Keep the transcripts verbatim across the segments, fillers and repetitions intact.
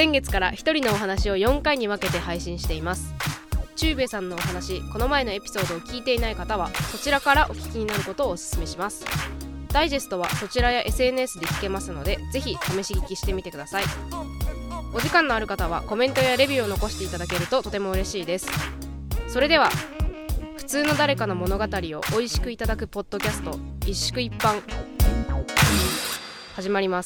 先月から一人のお話をよんかいに分けて配信しています。チュウベイさんのお話、この前のエピソードを聞いていない方はそちらからお聞きになることをお勧めします。ダイジェストはそちらや エスエヌエス で聞けますので、ぜひ試し聞きしてみてください。お時間のある方はコメントやレビューを残していただけるととても嬉しいです。それでは、普通の誰かの物語を美味しくいただくポッドキャスト、一宿一飯始まります。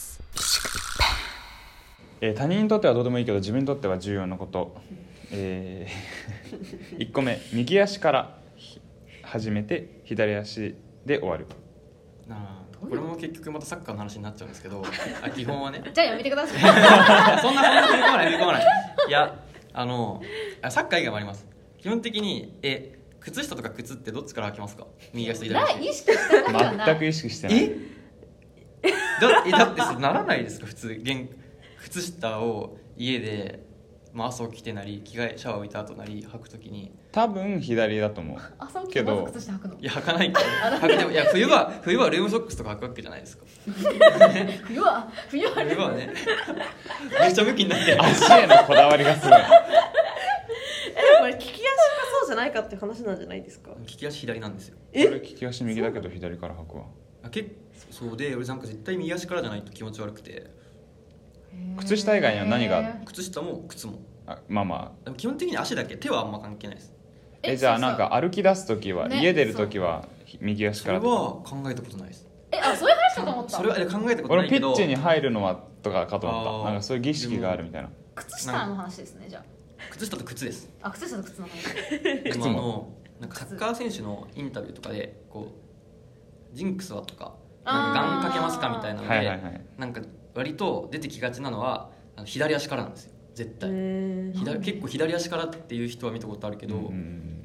えー、他人にとってはどうでもいいけど自分にとっては重要なこと、えー、いっこめ、右足から始めて左足で終わる。 あこれも結局またサッカーの話になっちゃうんですけどあ基本はねじゃあやめてくださいそんなそんな踏み込まない踏み込まないいやあのサッカー以外もあります。基本的にえ靴下とか靴ってどっちから履きますか？右足と左足。 意識したことはない。 全く意識してない。 えだ, えだってならないですか？普通靴下を家で、まあ、朝起きてなり着替えシャワーを浴びた後なり履くときに多分左だと思う。 朝起きてまず靴下履くの？ いや履かないから履くでもいや冬は冬はルームソックスとか履くわけじゃないですか冬は冬は冬はねめっちゃ向きになってる足へのこだわりがすごいえこれ利き足かそうじゃないかって話なんじゃないですか？ 利き足左なんですよ。 俺利き足右だけど左から履くわ。 あ結構そうで俺なんか絶対右足からじゃないと気持ち悪くて。 靴下以外には何が？ 靴下も靴もあまあまあでも基本的に足だけ、手はあんま関係ないです。 ええじゃあなんか歩き出すときは、ね、家出るときは右足からそれは考えたことないです。 えあそういう話かと思った。 それは考えたことないけど俺ピッチに入るのはとかかと思った。なんかそういう儀式があるみたいな。 靴下の話ですね。じゃあ靴下と靴です。 あ靴下と靴の話でもあのなんかサッカー選手のインタビューとかでこうジンクスはとかなんかガンかけますかみたいなので、はいはいはい、なんか割と出てきがちなのは左足からなんですよ絶対。左結構左足からっていう人は見たことあるけど、うんうん、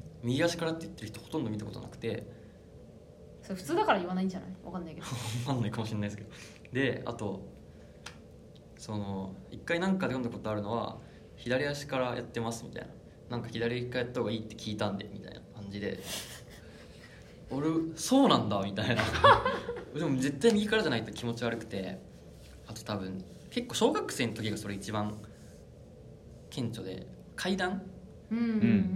右足からって言ってる人ほとんど見たことなくて、 それ普通だから言わないんじゃない？わかんないけどわかんないかもしれないですけど。であとその一回なんかで読んだことあるのは左足からやってますみたいな、なんか左からやった方がいいって聞いたんでみたいな感じで俺そうなんだみたいなでも絶対右からじゃないと気持ち悪くて、あと多分結構小学生の時がそれ一番顕著で、階段、うん、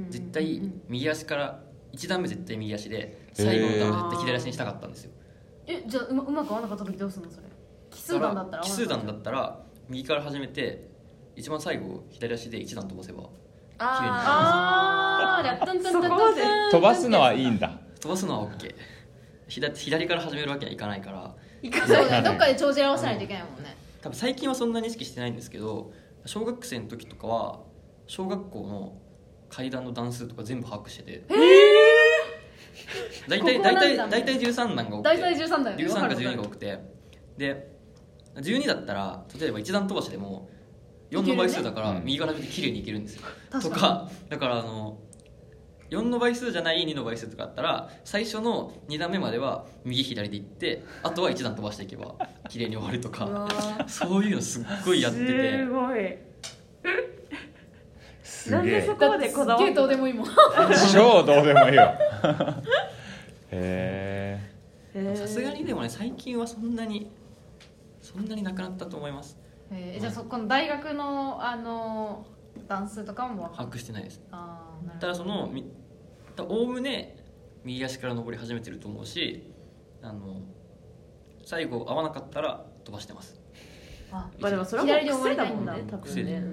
絶対右足からいち段目絶対右足で最後の段は絶対左足にしたかったんですよ。 えじゃあ う, まうまく合わなかった時どうするの？それ奇数段だったら奇数段だったら右から始めて一番最後左足でいち段飛ばせば綺麗になります。 ああーそこまで飛ばすのはいいんだ。 飛ばすのは OK。 左, 左から始めるわけにはいかないからそうね、どっかで調子合わせないといけないもんね。 多分最近はそんなに意識してないんですけど、小学生の時とかは小学校の階段の段数とか全部把握してて、えー、大体大体大体じゅうさん段が多くて、大体じゅうさんだよね。じゅうさんかじゅうにが多くて、でじゅうにだったら例えばいち段飛ばしでもよんの倍数だから右から見て綺麗にいけるんですよ、うん、とかだからあのよんの倍数じゃないにの倍数とかあったら最初のに段目までは右左でいってあとはいち段飛ばしていけば綺麗に終わるとかそういうのすっごいやってて、 すごいすげえ。 なんでそこまでこだわる？ どうでもいいもん超どうでもいいよへえさすがにでもね最近はそんなにそんなになくなったと思います。 えー、じゃあそこの大学のあの段数とかも把握してないです。 あなるほど。 ただそのおおむね右足から登り始めてると思うし、あの最後合わなかったら飛ばしてます。 あ、まあ、でもそれはもう癖だもんね多分ね。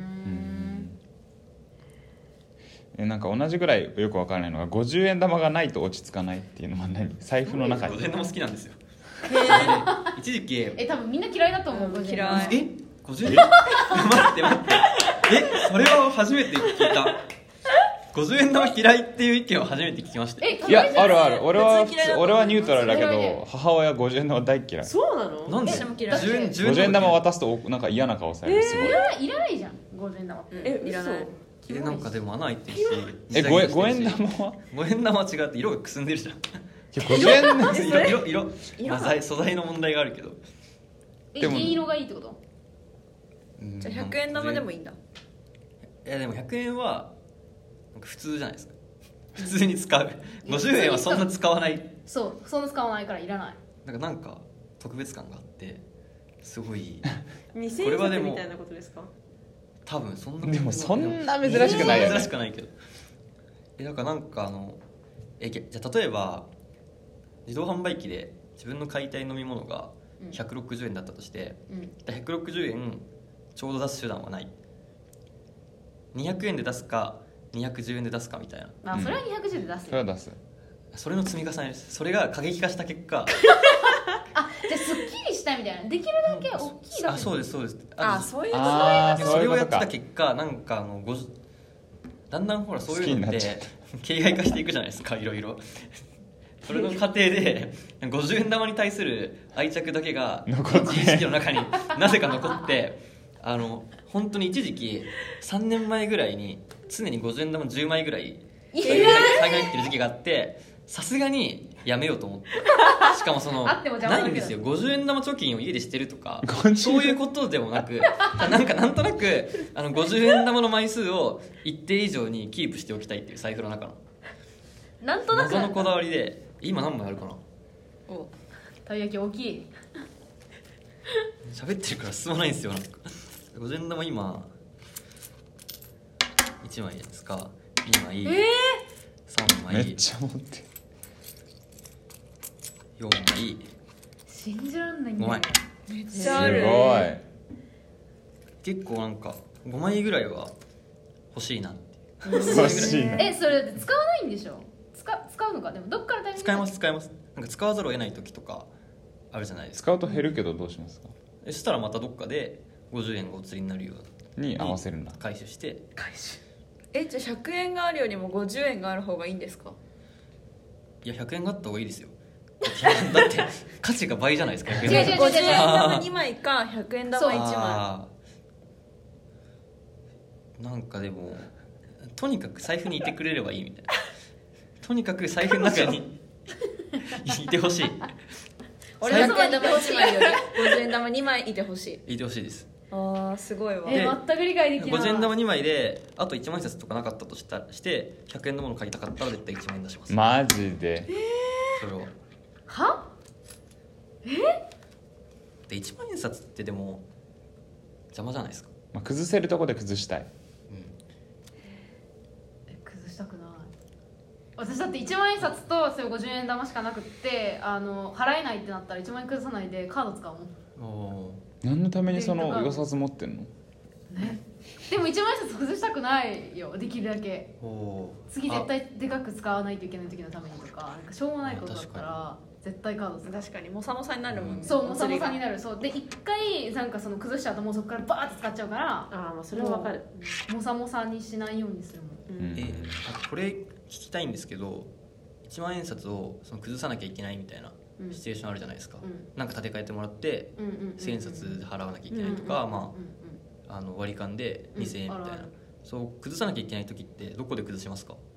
えなんか同じぐらいよくわからないのがごじゅうえん玉がないと落ち着かないっていうのは何？財布の中にごじゅうえん玉好きなんですよ一時期え多分みんな嫌いだと思う。 うん、嫌い。 えごじゅうえん待って待ってえそれは初めて聞いたごじゅうえん玉嫌いっていう意見を初めて聞きました。 えいやあるある。俺は俺はニュートラルだけど母親ごじゅうえん玉大嫌い。 そうなの？ なんで？ 私も嫌い。 じゅうえんごじゅうえん玉渡すとなんか嫌な顔される。すごい。 いらないいらないじゃんごじゅうえん玉って。 えいらない。 えなんかでも穴開いてるしえごえんごえん玉はごえん玉は違って色がくすんでるじゃん。 ごじゅうえん色色色素材素材の問題があるけど。 え銀色がいいってこと？ じゃあひゃくえん玉でもいいんだ。 いやでもひゃくえんはなんか普通じゃないですか。普通に使う。ごじゅうえんはそんな使わない。 そうそんな使わないからいらない。 なんかなんか特別感があってすごいにせんえん札みたいなことですか？ 多分そんなでもそんな珍しくないよね珍しくないけどえだからなんかあのえじゃあ例えば自動販売機で自分の買いたい飲み物がひゃくろくじゅうえんだったとして、うん、ひゃくろくじゅうえんちょうど出す手段はない。にひゃくえんで出すかにひゃくじゅうえんで出すかみたいな。 あ、それはにひゃくじゅうえんで出すよ、 それは出す。 それの積み重ねです。それが過激化した結果あ、じゃあすっきりしたいみたいな、できるだけ大きいだけ。 あ、そうですそうです。 あ、そういうことあそれをやってた結果なんかあのごだんだんほらそういうのって形骸化していくじゃないですか、いろいろ。それの過程でごじゅうえん玉に対する愛着だけが残って意識の中になぜか残ってあの本当に一時期さんねんまえぐらいに常にごじゅうえん玉じゅうまいぐらい財布に入ってる時期があって、さすがにやめようと思って。しかもそのあっても邪魔だけどないんですよ、ごじゅうえん玉貯金を家でしてるとかごじゅうそういうことでもなくなんかなんとなくあのごじゅうえん玉の枚数を一定以上にキープしておきたいっていう財布の中のなんとなく謎のこだわりで。今何枚あるかな。 お、たい焼き大きい。 喋ってるから進まないんですよ。なんかごじゅうえん玉今いちまいですか、にまい、 えー、 さんまい、 めっちゃ持ってよんまい、 信じらんないんだよ。 ごまい。 めっすちゃある。 ごい。 結構なんかごまいぐらいは欲しいなっていう。 欲しいな。 え、それ使わないんでしょ。使使うのか。でもどっからタイミングで使います使います。なんか使わざるを得ない時とかあるじゃないですか。 使うと減るけどどうしますか。 そしたらまたどっかでごじゅうえんがお釣りになるように合わせるんだ。 回収して回収。え、じゃあひゃくえんがあるよりもごじゅうえんがある方がいいんですか。 いやひゃくえんがあった方がいいですよ。だって価値が倍じゃないですか。ひゃくえん違う違う違うごじゅうえん玉にまいかひゃくえん玉いちまあーなんかでもとにかく財布にいてくれればいいみたいな。とにかく財布の中にいてほしい。 俺はひゃくえん玉いちまいよりごじゅうえん玉にまいいてほしい。 いてほしいです。 あーすごいわ。 え、 で全く理解できない。 ごじゅうえん玉にまいであといちまん円札とかなかったとしたしてひゃくえんのもの買いたかったら絶対いちまん円出します。 マジで。 それをはでいちまん円札ってでも邪魔じゃないですか。 まあ、崩せるとこで崩したい。 え、崩したくない。私だっていちまん円札とそういうごじゅうえん玉しかなくって、あの払えないってなったらいちまん円崩さないでカード使うもん。 お何のためにそので予札持ってんの。 ね、でもいちまん円札崩したくないよ、できるだけ。 ーおー次絶対でかく使わないといけない時のためにとか、なんかしょうもないことだったら絶対カード使う。 確かにモサモサになるもんね。 そう、もさもさにる。 なる。そうで一回なんかその崩しちゃうともうそこからバーって使っちゃうから、 ああ、まあそれはわかる。 もさもさにしないようにするもん。 うんえあこれ聞きたいんですけど、いちまん円札をその崩さなきゃいけないみたいなうんシチュエーションあるじゃないですか、 うんなんか立て替えてもらってうんうんうんうんせんえん札で払わなきゃいけないとか、まうんうんあ、あの割り勘でにせんえんみたいな、 うんあるあるそう崩さなきゃいけない時ってどこで崩しますか。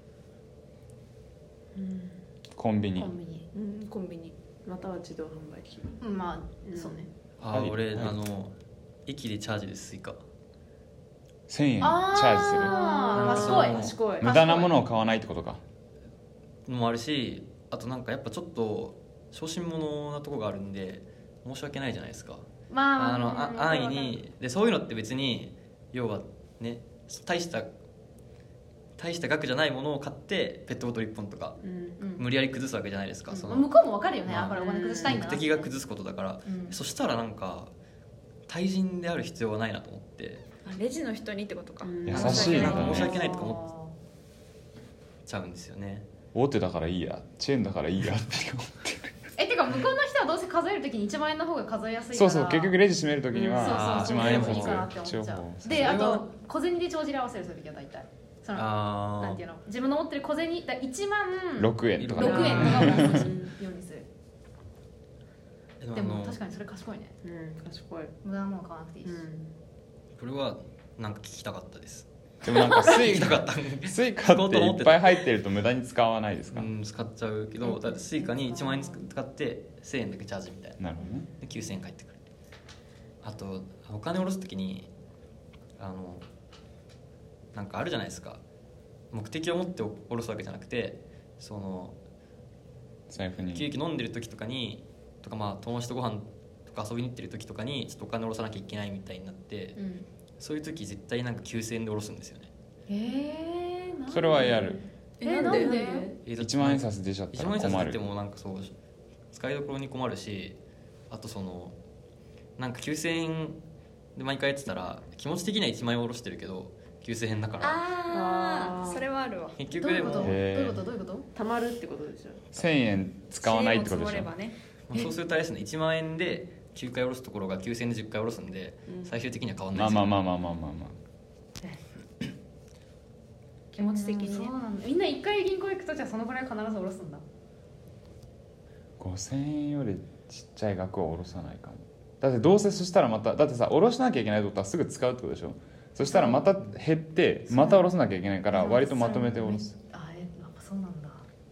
うんコンビニコンビニ。 うん、コンビニまたは自動販売機。 うん、まあ、 うんそうね。 あ、 はい俺、 はいあの駅でチャージですスイカ。 せんえんチあャージする。 あー、 そう賢い。 賢い。 無駄なものを買わないってことか。 のもあるし、あとなんかやっぱちょっと小心者なとこがあるんで申し訳ないじゃないですか。 まあ、 あのまあ安易にでそういうのって別に要はね大した大した額じゃないものを買ってペットボトルいっぽんとかうん。 うん無理やり崩すわけじゃないですか、その向こうも分かるよね、 まああ、これお金崩したいん目だな。 的が崩すことだから、 うんそしたらなんか対人である必要はないなと思ってあ、レジの人にってことか。 うん優しいな申し訳ないとか思っちゃうんですよね。 大手だからいいや、チェーンだからいいやって思ってる。 え、てか向こうの人はどうせ数えるときにいちまん円の方が数えやすいから。 そうそう、結局レジ閉めるときにうんはそうそうそういちまん円でもいいかなって札情思っちゃ報う。で、あそれはと小銭で帳尻合わせるそういう時は大体そのあなんていうの、自分の持ってる小銭だいちまんろくえんとかろくえんとかを持つようにする。 でもでもあの確かにそれ賢いね。 うん、賢い。 無駄なもの買わなくていいし。 これはなんか聞きたかったです。 でもなんかス聞イきたかったスイカっていっぱい入ってると無駄に使わないですか。 うん使っちゃうけど、だってスイカにいちまん円使ってせんえんだけチャージみたいななるほどね。 できゅうせんえん返ってくる。あとお金下ろすときにあのなんかあるじゃないですか、目的を持って下ろすわけじゃなくて、その財布にケーキ飲んでる時とかにとか、まあ友達とご飯とか遊びに行ってる時とかにちょっとお金下ろさなきゃいけないみたいになって、 うんそういう時絶対なんかきゅうせんえんで下ろすんですよね。 えー、なんでそれはやる。 えなんでなんでえーだっていちまん円札出ちゃった一ら万円札出て困る。 もなんかそう使いどころに困るし、あとそのなんかきゅうせんえんで毎回やってたら気持ち的にはいちまん円下ろしてるけどきゅうせんえんだからあーあーそれはあるわ。 結局でもどういうことどうへーいうことどういうことたまるってことでしょ。 せんえん使わないってことでしょ。 積もればね。 まあ、そうするとあれですね、いちまん円できゅうかい下ろすところがきゅうせんえんでじゅっかい下ろすんで、 うん最終的には変わんないですよ。 まあまあまあまあまあまあまあ。 気持ち的にねそう。なんだ。みんな一回銀行行くとじゃあそのぐらい必ず下ろすんだ。 ごせんえんよりちっちゃい額は下ろさないかも。だってどうせそしたらまただってさ下ろしなきゃいけないってことはすぐ使うってことでしょ。そしたらまた減ってまた下ろさなきゃいけないから割とまとめて下ろす。 あえやっぱそうなんだ。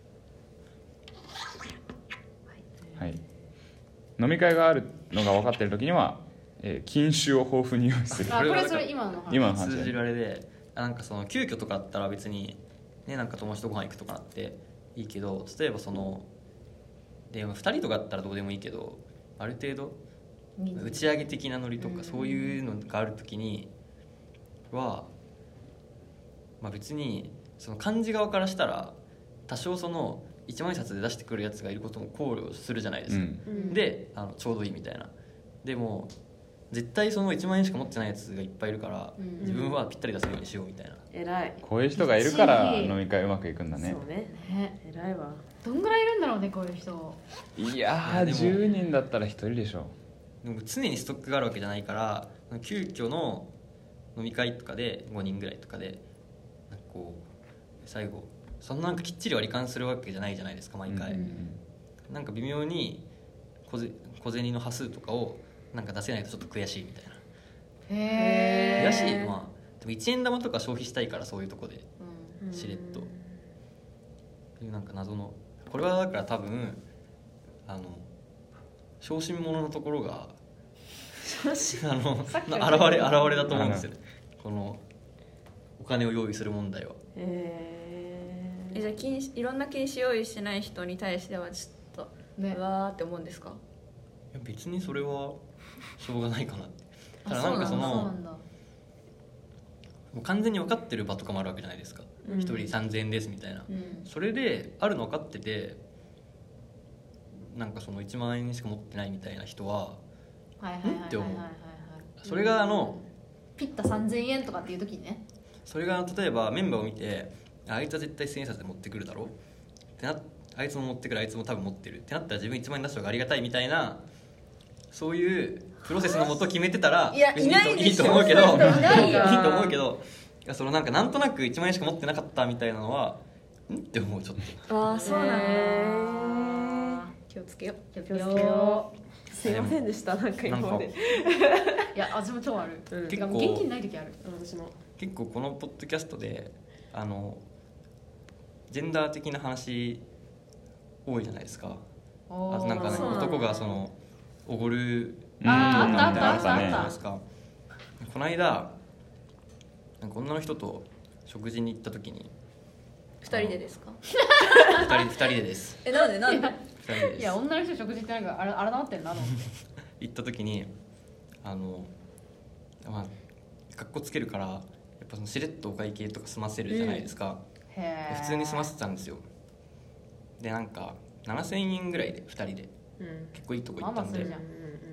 はい。飲み会があるのが分かってる時には、えー禁酒を豊富に用意する。 あこれこれはだからそれ今の話。 今の話通じるだよ。 あれで、あなんかその急遽とかだったら別にねなんか友達とご飯行くとかなっていいけど、例えばそのでふたりとかだったらどうでもいいけど、ある程度打ち上げ的なノリとかそういうのがある時には、まあ、別にその幹事側からしたら多少その一万円札で出してくるやつがいることも考慮するじゃないですか、 うん。 うんであのちょうどいいみたいな。でも絶対そのいちまん円しか持ってないやつがいっぱいいるから、 うん自分はぴったり出せるようにしようみたいな。 偉い。 こういう人がいるから飲み会うまくいくんだねそう。ね。 ね。 偉いわ。 どんぐらいいるんだろうねこういう人。 いやーいやでもじゅうにんだったらひとりでしょ。 でも常にストックがあるわけじゃないから、急遽の飲み会とかでごにんぐらいとかでなんかこう最後そんななんかきっちり割り勘するわけじゃないじゃないですか毎回、 うんなんか微妙に小ぜ小銭の端数とかをなんか出せないとちょっと悔しいみたいな。 へえ。 悔しい、まあでもいちえん玉とか消費したいからそういうとこでうんしれっとっていうなんか謎の、これはだから多分あの小心者のところがあのの現れ現れだと思うんですよね、このお金を用意する問題は。 ええじゃあ禁止いろんな禁止用意してない人に対してはちょっと、 ねうわーって思うんですか？ いや別にそれはしょうがないかなって。 あただなんかそそうのなんだ。 もう完全に分かってる場とかもあるわけじゃないですか、 うん一人さんぜんえんですみたいな、 うんそれであるの分かっててなんかそのいちまん円しか持ってないみたいな人ははいはいはいはいはいって思うはいはい。 それがあのピッタさんぜんえんとかっていう時にね。 それが例えばメンバーを見てあいつは絶対千円札で持ってくるだろうってなあいつも持ってくるあいつも多分持ってるってなったら自分いちまん円出した方がありがたいみたいなそういうプロセスのもと決めてたらいや別にいないでしょいいと思うけどいないよいいと思うけどいやそのなんかなんとなくいちまん円しか持ってなかったみたいなのはんって思うちょっと。 ああそうなんだ、 あ気をつけようー気をつけよー、すいませんでしたなんか今まで。 う。いや私も超ある。 うんてか結構現金ない時ある。 私も。 結構このポッドキャストであのジェンダー的な話多いじゃないですか。あとなんかねそうなんだ男がそのおごるうんあーみたいなあったあったあったじゃないですか。この間なんか女の人と食事に行った時に二人でですか？ 二人二人でですえなんでなんで？ 二人でですいや女の人食事ってなんかあら改まってんなと思って。 行った時にあのまあかっこつけるからやっぱそのしれっとお会計とか済ませるじゃないですか、 へでえ。 普通に済ませてたんですよ。でなんかななせんえんぐらいでふたりでうん。 結構いいとこ行ったんでまあまあするじゃん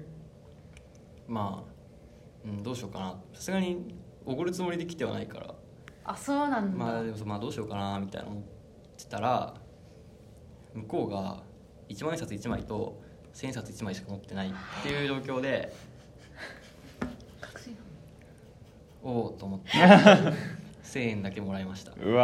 まあ、うん、どうしようかなさすがにおごるつもりで来てはないからあそうなんだ。 まあでもまあどうしようかなみたいな思ってたら向こうがいちまん円札いちまいとせんえん札いちまいしか持ってないっていう状況で確信おおと思ってせんえんだけもらいました。 う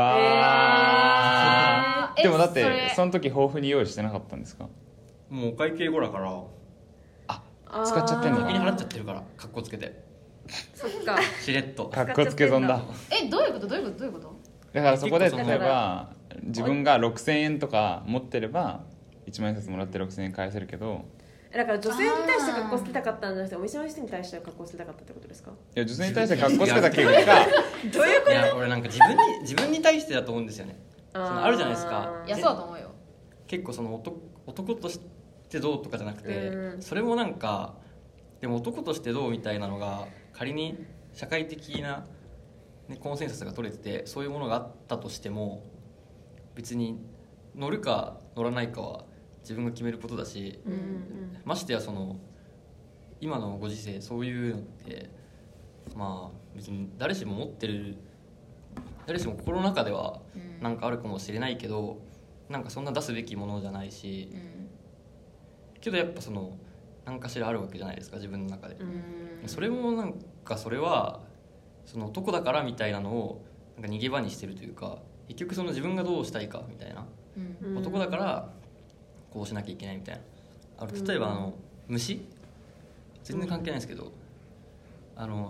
わーえーでもだっえそれてその時豊富に用意してなかったんですか。 もうお会計後だから使っちゃってんの先に払っちゃってるからかっこつけてそっか。 しれっとかっこつけ損だ。 えどういうことどういうことどういうこと？ だからそこで例結構そのえば自分がろくせんえんとか持ってればいちまん円札もらってろくせんえん返せるけど、 だから女性に対して格好つけたかったんじゃなくてお店の人に対して格好つけたかったってことですか？ いや女性に対して格好つけた結果どういういや俺なんか自分に自分に対してだと思うんですよね。そのあるじゃないですかいやそうだと思うよ。 結構その 男, 男としてどうとかじゃなくて、 うんそれもなんかでも男としてどうみたいなのが仮に社会的な、ね、コンセンサスが取れててそういうものがあったとしても別に乗るか乗らないかは自分が決めることだし、 うんうんましてやその今のご時世そういうのってまあ別に誰しも持ってる誰しも心の中ではうんなんかあるかもしれないけどなんかそんな出すべきものじゃないしうんけどやっぱその何かしらあるわけじゃないですか自分の中でうんそれもなんかそれはその男だからみたいなのをなんか逃げ場にしてるというか結局その自分がどうしたいかみたいなうんうん男だからこうしなきゃいけないみたいなあの例えばあの虫全然関係ないですけどあの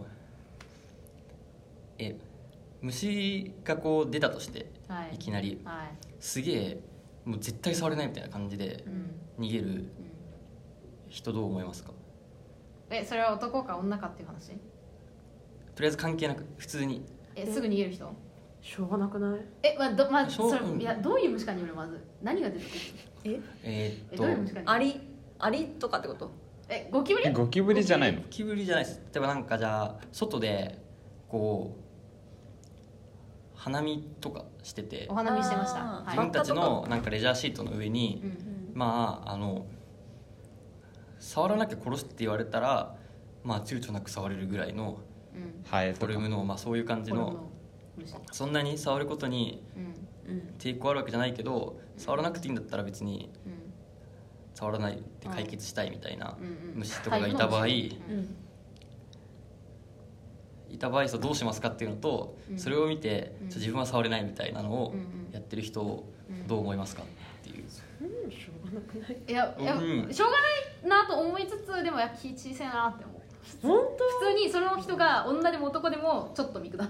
え虫がこう出たとしてはいいきなりはいすげえもう絶対触れないみたいな感じでうん逃げるうん人どう思いますか？ えそれは男か女かっていう話？ とりあえず関係なく普通にえすぐ逃げる人？ しょうがなくない？ えまあどまあしょそうれいやどういう虫かによるまず何が出てくる？ えーっえどういう虫とかによる？ アリアリとかってこと？ えゴキブリ？ ゴキブリじゃないの？ ゴキブリじゃないです例えばなんかじゃあ外でこう花見とかしててお花見してました。 あーはい自分たちのなんかレジャーシートの上にうんまああの触らなきゃ殺すって言われたらまあ躊躇なく触れるぐらいのうんハエとかフォルムの、まあ、そういう感じのフォルムの虫そんなに触ることにうんうん抵抗あるわけじゃないけど触らなくていいんだったら別にうん触らないで解決したいみたいなうんうん虫とかがいた場合うんうんいた場合そうどうしますかっていうのとうんそれを見てうんちょ自分は触れないみたいなのをうんうんやってる人をどう思いますかっていううんしょうがなくない？ いやいや、 うんしょうがないなと思いつつでもや気小さいなって思う本普通にその人が女でも男でもちょっと見下る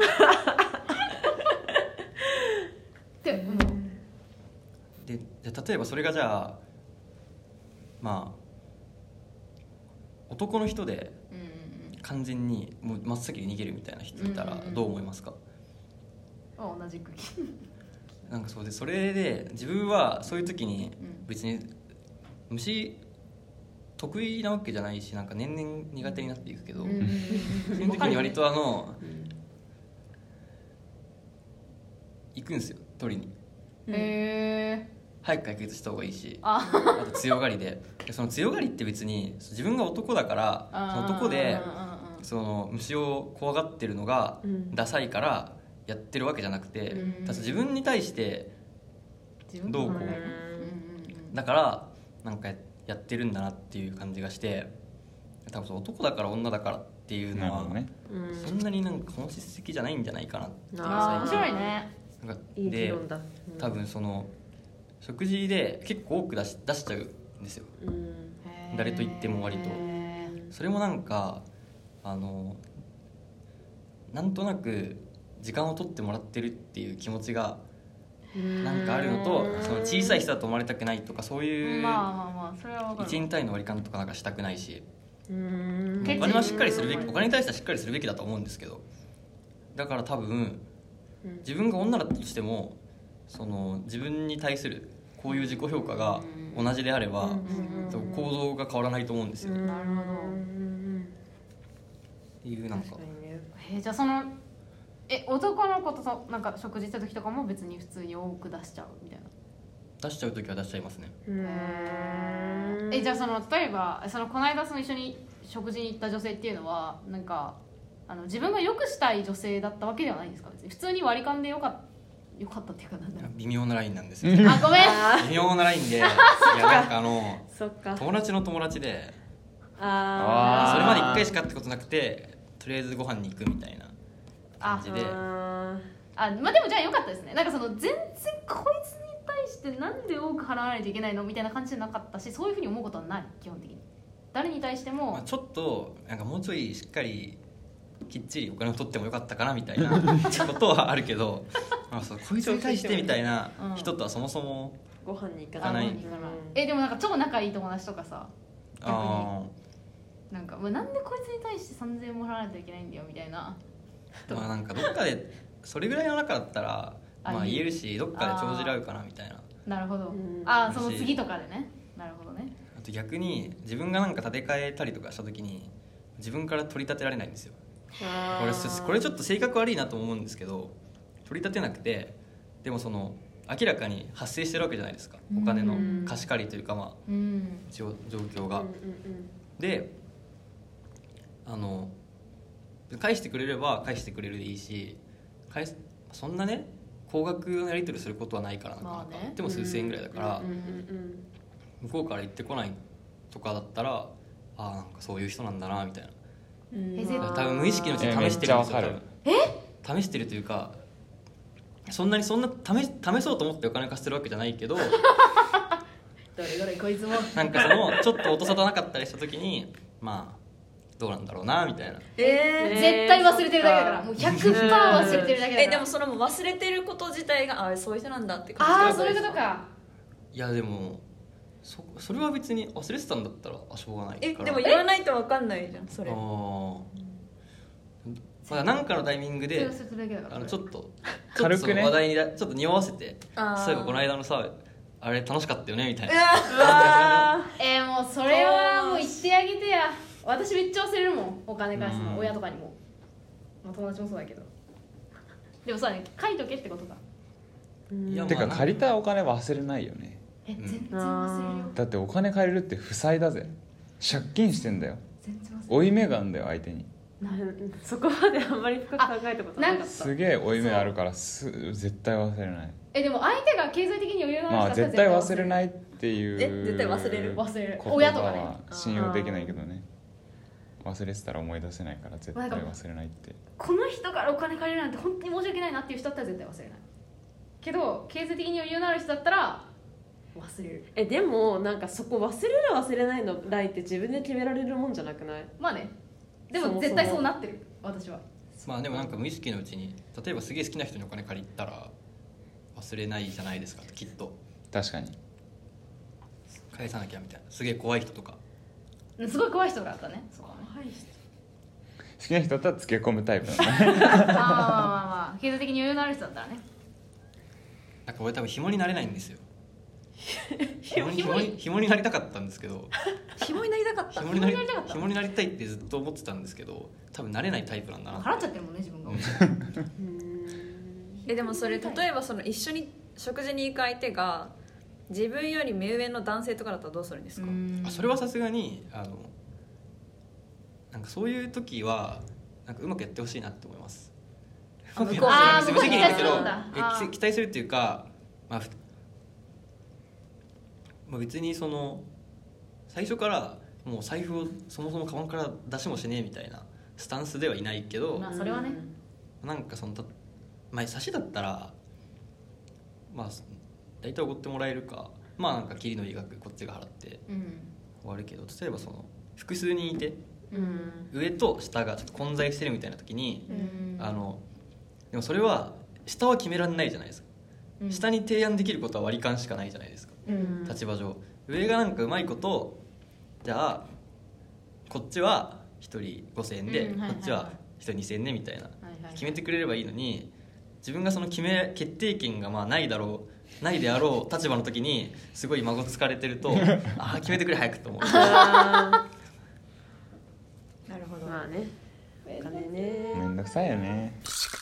って思うでじゃあ例えばそれがじゃあまあ男の人でうんうん完全にもう真っ先に逃げるみたいな人いたらどう思いますか？ うん同じくなんかそうでそれで自分はそういう時にうん別に虫得意なわけじゃないしなんか年々苦手になっていくけど、 うんうんうんそういう時に割とあの行くんですよ取りにへえ早く解決した方がいいしああと強がりででその強がりって別に自分が男だからその男でその虫を怖がってるのがうんダサいからやってるわけじゃなくて、 うんただ自分に対してどうこううんうんうんだからなんかやってるんだなっていう感じがして多分そう男だから女だからっていうのは、 なるほどね。 うんそんなになんか本質的じゃないんじゃないかなっていうあー面最近白いねなんかいい議で論だ。 多分その食事で結構多く出し出しちゃうんですようんへー誰と言っても割とへそれもなんかあのなんとなく時間を取ってもらってるっていう気持ちがなんかあるのとその小さい人だと思われたくないとかそうーいうまあまあまあそれは分かる一円単位の割り勘とかなんかしたくないしうん結お金はしっかりするべきお金に対してはしっかりするべきだと思うんですけどだから多分自分が女だとしてもその自分に対するこういう自己評価が同じであれば構造が変わらないと思うんですよなるほどっていうなんか確かにね。 えーじゃあそのえ男の子とさなんか食事した時とかも別に普通に多く出しちゃうみたいな出しちゃう時は出しちゃいますねうんえじゃあその例えばそのこの間その一緒に食事に行った女性っていうのはなんかあの自分が良くしたい女性だったわけではないんですか別に普通に割り勘でよかったよかったっていうかなんだろう微妙なラインなんですよあごめんあ微妙なラインでいやなんかあのーそっか。 友達の友達であそれまでいっかいしかってことなくてとりあえずご飯に行くみたいな感じーでああまあでもじゃあよかったですねなんかその全然こいつに対してなんで多く払わないといけないのみたいな感じじゃなかったしそういうふうに思うことはない基本的に誰に対してもまあ、ちょっとなんかもうちょいしっかりきっちりお金を取ってもよかったかなみたいなことはあるけどまあそうこいつに対してみたいな人とはそもそもーご飯に行かあないない。 ご飯に行かないえでもなんか超仲いい友達とかさあなんか、まあ、なんでこいつに対してさんぜんえんも払わないといけないんだよみたいなーまあなんかどっかでそれぐらいの中だったらあまあいい言えるしどっかで帳尻合うかなみたいななるほどうんああその次とかでねなるほどねあと逆に自分がなんか立て替えたりとかした時に自分から取り立てられないんですよこれこれちょっと性格悪いなと思うんですけど、取り立てなくてでもその明らかに発生してるわけじゃないですか、お金の貸し借りというか、まあ、うん、状況が、うんうんうん、であの返してくれれば返してくれるでいいし、返すそんなね高額のやり取りすることはないからなかなか、まあね、でも数千円ぐらいだから、うんうんうんうん、向こうから言ってこないとかだったら、ああなんかそういう人なんだなみたいな、うん、多分無意識のうちに試してるんですよ、多分試してるというか、そんなにそんな試試そうと思ってお金貸してるわけじゃないけどどれどれこいつもなんかそのちょっと音沙汰なかったりした時にまあどうなんだろうなみたいな、 えー、絶対忘れてるだけだからもう ひゃくパーセント 忘れてるだけだから。 えでもそれも忘れてること自体があそういう人なんだって感じ。 ああそういうことか。 いやでも そ, それは別に忘れてたんだったらあしょうがないから。 えでも言わないと分かんないじゃんそれ。あまあ、なんかのタイミングであのちょっと軽くね話題にちょっと匂わせて、そういえばこの間のさあれ楽しかったよねみたいな。 えー、もうそれはもう言ってあげてや。私めっちゃ忘れるもんお金返すの、親とかにも、まあ、友達もそうだけど。でもさ、ね、書いとけってことか。 いやてか借りたお金忘れないよね。 え全然忘れるよ。 だってお金借りるって負債だぜ。借金してんだよ。全然忘れる。負い目があんだよ相手に。 そこまであんまり深く考えたことなかった。 すげえ負い目あるからす絶対忘れない。 えでも相手が経済的に余裕のある人だったらまあ絶対忘れないっていうえ絶対忘れる忘れる親とかね信用できないけどね。忘れてたら思い出せないから絶対忘れないって。 この人からお金借りるなんて本当に申し訳ないなっていう人だったら絶対忘れないけど、経済的に余裕のある人だったら忘れる。 えでもなんかそこ忘れる忘れないのラインって自分で決められるもんじゃなくない？ まあね。でも絶対そうなってる私は。 まあでもなんか無意識のうちに例えばすげえ好きな人にお金借りたら忘れないじゃないですかきっと。 確かに返さなきゃみたいな。すげえ怖い人とかすごい怖い人があったね。そう怖い人好きな人だったらつけ込むタイプなんだねああまあまあまあ経済的に余裕のある人だったらね。 なんか俺多分紐になれないんですよ紐に紐に紐になりたかったんですけど紐になりたかった紐になりたかった紐になりたいってずっと思ってたんですけど多分なれないタイプなんだなって。 払っちゃってるもんね自分がえでもそれ例えばその一緒に食事に行く相手が自分より目上の男性とかだったらどうするんですか？ あそれはさすがにあのなんかそういう時はなんかうまくやってほしいなって思います。うまくやってほしい無責任だけど期待するっていうか、まあまあ、別にその最初からもう財布をそもそもカバンから出しもしねえみたいなスタンスではいないけど、 まあそれはねなんかそのまあ差しだったらまあ大体おごってもらえるか、まあなんか切りのいい額こっちが払って終わるけど、例えばその複数人いて、うん、上と下がちょっと混在してるみたいな時に、うん、あのでもそれは下は決められないじゃないですか、うん、下に提案できることは割り勘しかないじゃないですか、うん、立場上上がなんかうまいことじゃあこっちはひとりごせんえんで、うんはいはいはい、こっちはひとりにせんえんねみたいな、はいはいはい、決めてくれればいいのに自分がその決め決定権がまあないだろうないであろう立場の時にすごい孫つかれてるとああ決めてくれ早くと思うなるほど。 まあねお金ねめんどくさいよね。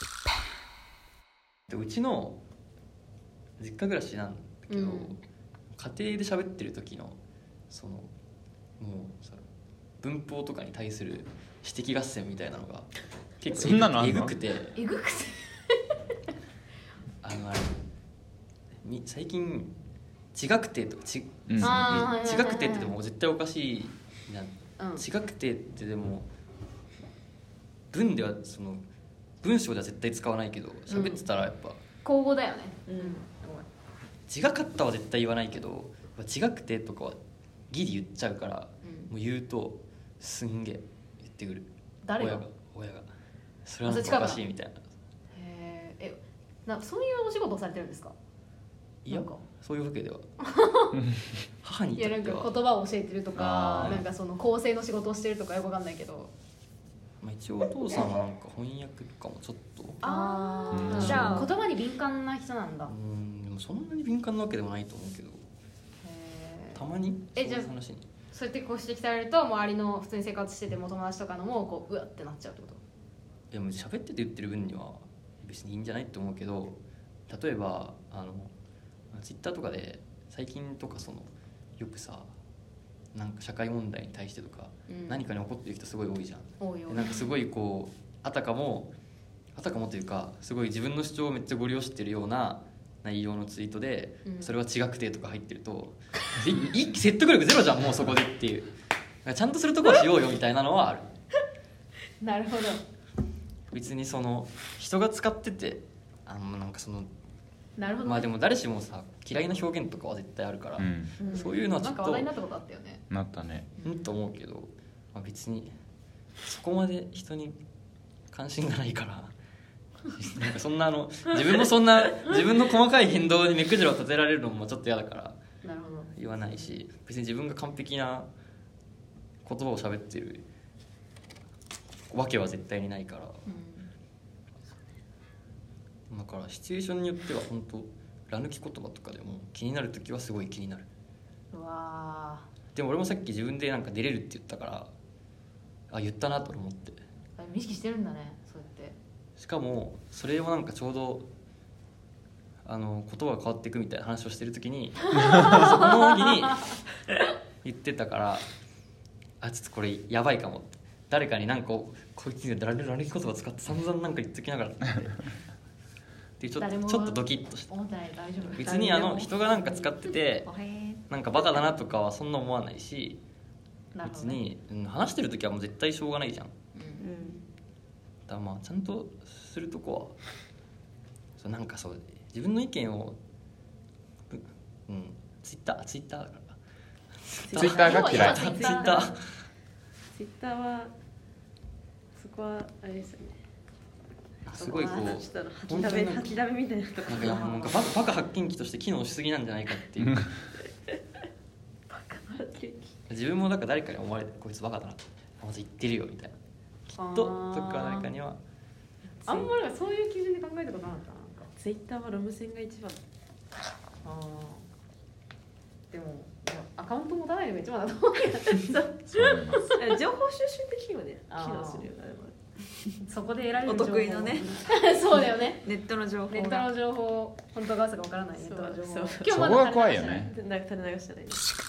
でうちの実家暮らしなんだけど、うん、家庭で喋ってる時のそのもうさ文法とかに対する指摘合戦みたいなのが結構えぐくてえぐくてあのあれ最近違くてとかち、うん、違くてってでも絶対おかしいな、うん、違くてってでも文ではその文章では絶対使わないけど喋ってたらやっぱ、うん、 口語だよね、うん、 違かったは絶対言わないけど違くてとかはギリ言っちゃうから、うん、もう言うとすんげえ言ってくる。 誰が親が親がそれはなんかおかしいみたいな。 へえなんかそういうお仕事をされてるんですか？ いやそういうわけでは母にいやなんか言葉を教えてるとかなんかその構成の仕事をしてるとかよくわかんないけど、 まあ、一応お父さんはなんか翻訳とかもちょっとああじゃあ言葉に敏感な人なんだ。 うんでもそんなに敏感なわけでもないと思うけどたまにそういう話にそうやってこう指摘されると周りの普通に生活してても友達とかのもこううわってなっちゃうってこと？ いやもう喋ってて言ってる分には別にいいんじゃないって思うけど、例えばあのツイッターとかで最近とかそのよくさなんか社会問題に対してとか、うん、何かに怒ってる人すごい多いじゃん。 多い多い。 なんかすごいこうあたかもあたかもというかすごい自分の主張をめっちゃご利用してるような内容のツイートで、うん、それは違くてとか入ってるとい説得力ゼロじゃんもうそこでっていう、ちゃんとするとこはしようよみたいなのはある。 なるほど。 別にその人が使っててあのなんかそのなるほど、ね、 まあでも誰しもさ嫌いな表現とかは絶対あるから、うん、そういうのはちょっとなんか話題になったことあったよね。 なったね。 うんと思うけど、まあ、別にそこまで人に関心がないからなんかそんなあの自分もそんな自分の細かい変動に目くじらを立てられるのもちょっと嫌だからなるほど言わないし、別に自分が完璧な言葉を喋ってるわけは絶対にないから、うん、だからシチュエーションによっては本当ら抜き言葉とかでも気になるときはすごい気になる。 うわでも俺もさっき自分でなんか出れるって言ったからあ言ったなと思って、 意識してるんだねそうやって。 しかもそれをなんかちょうどあの言葉が変わっていくみたいな話をしてるときにそこの時に言ってたからあちょっとこれやばいかもって、誰かになんかこいつにラレラレ言葉使って散々なんか言っときながらってでちょっとちょっとドキッとした。別にあの人がなんか使っててなんかバカだなとかはそんな思わないし、別に、うん、話してる時はもう絶対しょうがないじゃん、うん、だからまあちゃんとするとこはそうなんかそう自分の意見をうんツイッターツイッターだからツイッターが嫌い。 ツイッターツイッターはそこはあれですよね。 すごいこうちょっと吐きだめ吐きだめみたいなとこなんかなんかバカバカ発見器として機能しすぎなんじゃないかっていうバカ発見器。 自分もだから誰かに思われてこいつバカだなってまず言ってるよみたいな、きっとどっか誰かにはあんまりそういう基準で考えたことなかったな。なんかツイッターはロム線が一番。 あでもアカウント持たないのが一番だと思うけど情報収集的にはね機能するよね。 そこで得られるお得意のねそうだよねネットの情報ネットの情報本当か嘘か分からないネットの情報。 そこが怖いよね。 なんか垂れ流してない。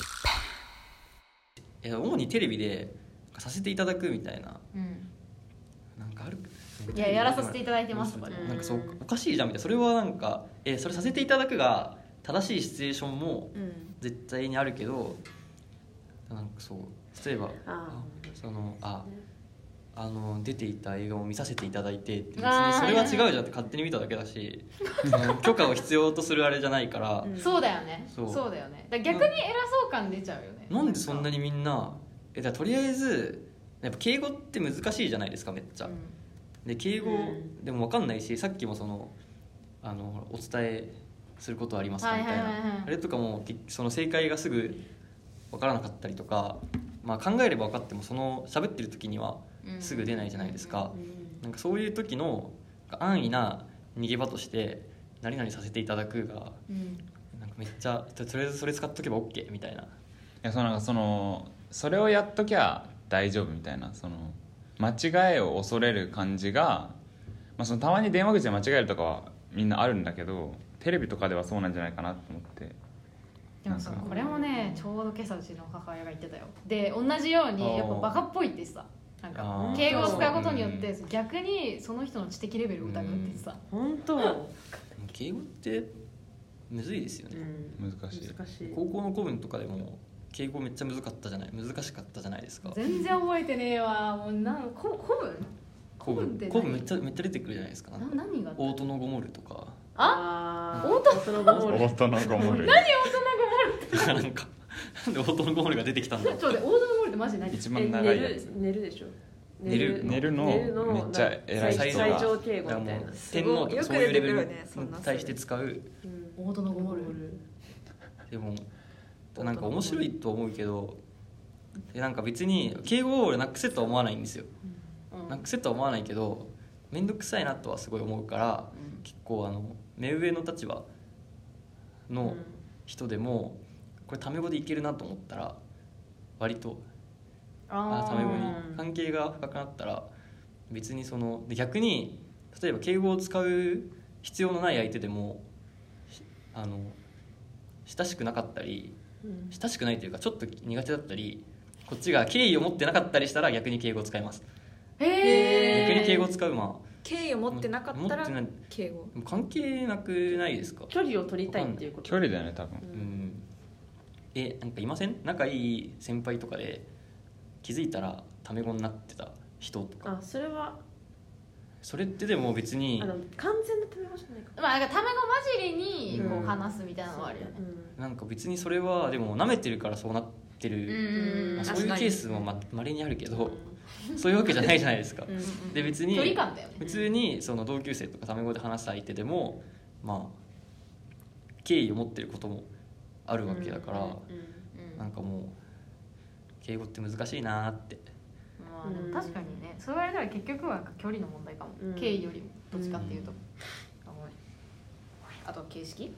いや主にテレビでさせていただくみたいな、 うん、 なんかあるいややらさせていただいてますとか、 なんかそうおかしいじゃんみたいな。それはなんかえそれさせていただくが正しいシチュエーションも絶対にあるけど、うん、なんかそう例えばあそのああの出ていた映画を見させていただいて別にそれは違うじゃんって勝手に見ただけだしその許可を必要とするあれじゃないから、 うん、そうだよねそうそうだよね。だ逆に偉そう感出ちゃうよね。 なんでそんなにみんなえだとりあえずやっぱ敬語って難しいじゃないですかめっちゃ、うん、で敬語でも分かんないし、さっきもそのあのお伝えすることはありますかみたいな、あれとかもその正解がすぐ分からなかったりとか、まあ、考えれば分かってもその喋ってる時にはすぐ出ないじゃないですか、なんかそういう時の安易な逃げ場として何々させていただくが、うん、なんかめっちゃとりあえずそれ使っとけば OK みたいな。いやそのなんかそのそれをやっときゃ大丈夫みたいな、その間違いを恐れる感じが、まあ、そのたまに電話口で間違えるとかはみんなあるんだけど、テレビとかではそうなんじゃないかなと思って。 でもさこれもねちょうど今朝うちの母親が言ってたよ。で同じようにやっぱバカっぽいってさ、なんか敬語を使うことによって逆にその人の知的レベルを疑うってさ、 本当敬語ってむずいですよね、 うん、難しい。 難しい。 高校の古文とかでも敬語めっちゃ難かったじゃない難しかったじゃないですか。 全然覚えてねえわ。もうなん古文古文って古文めっちゃめっちゃ出てくるじゃないですか。なんか何が大殿ごもるとか。 あ大殿ごもる。 大殿ごもる。何大殿ごもるってなんかなんで大殿ごもるが出てきたんだ。 ちょっと大殿ごもるってマジ何？ 一番長いやつ。 寝るでしょ。 寝る寝るのめっちゃ偉い人が最上敬語みたいな。 天皇とかそういうレベルに対して使う大殿ごもる。 でもなんか面白いと思うけど、なんか別に敬語を俺なくせとは思わないんですよ、うん、なくせとは思わないけど面倒くさいなとはすごい思うから、うん、結構あの目上の立場の人でもこれタメ語でいけるなと思ったら割とあタメ語に関係が深くなったら別にそので逆に例えば敬語を使う必要のない相手でもあの親しくなかったり、うん、親しくないというかちょっと苦手だったりこっちが敬意を持ってなかったりしたら逆に敬語を使います。へー。逆に敬語を使う、まあ敬意を持ってなかったら敬語関係なくないですか。 距離を取りたいっていうこと。 距離だよね多分、うんうんえなんかいません仲いい先輩とかで気づいたらタメ語になってた人とか。 あそれはそれってでも別にあの完全なタメ語じゃないか、 まあなんかタメ語混じりにこう話すみたいなのはあるよね、 うん、 なんか別にそれはでも舐めてるからそうなってる、まあ、そういうケースもま稀にあるけど、うん、そういうわけじゃないじゃないですか、うん、で別に距離感だよね。 普通にその同級生とかタメ語で話す相手でもまあ敬意を持ってることもあるわけだから、うんうんうん、なんかもう敬語って難しいなって。 まあ、でも確かにね、そう言われたら結局は距離の問題かも、うん、敬意よりもどっちかっていうと、うん、あと形式、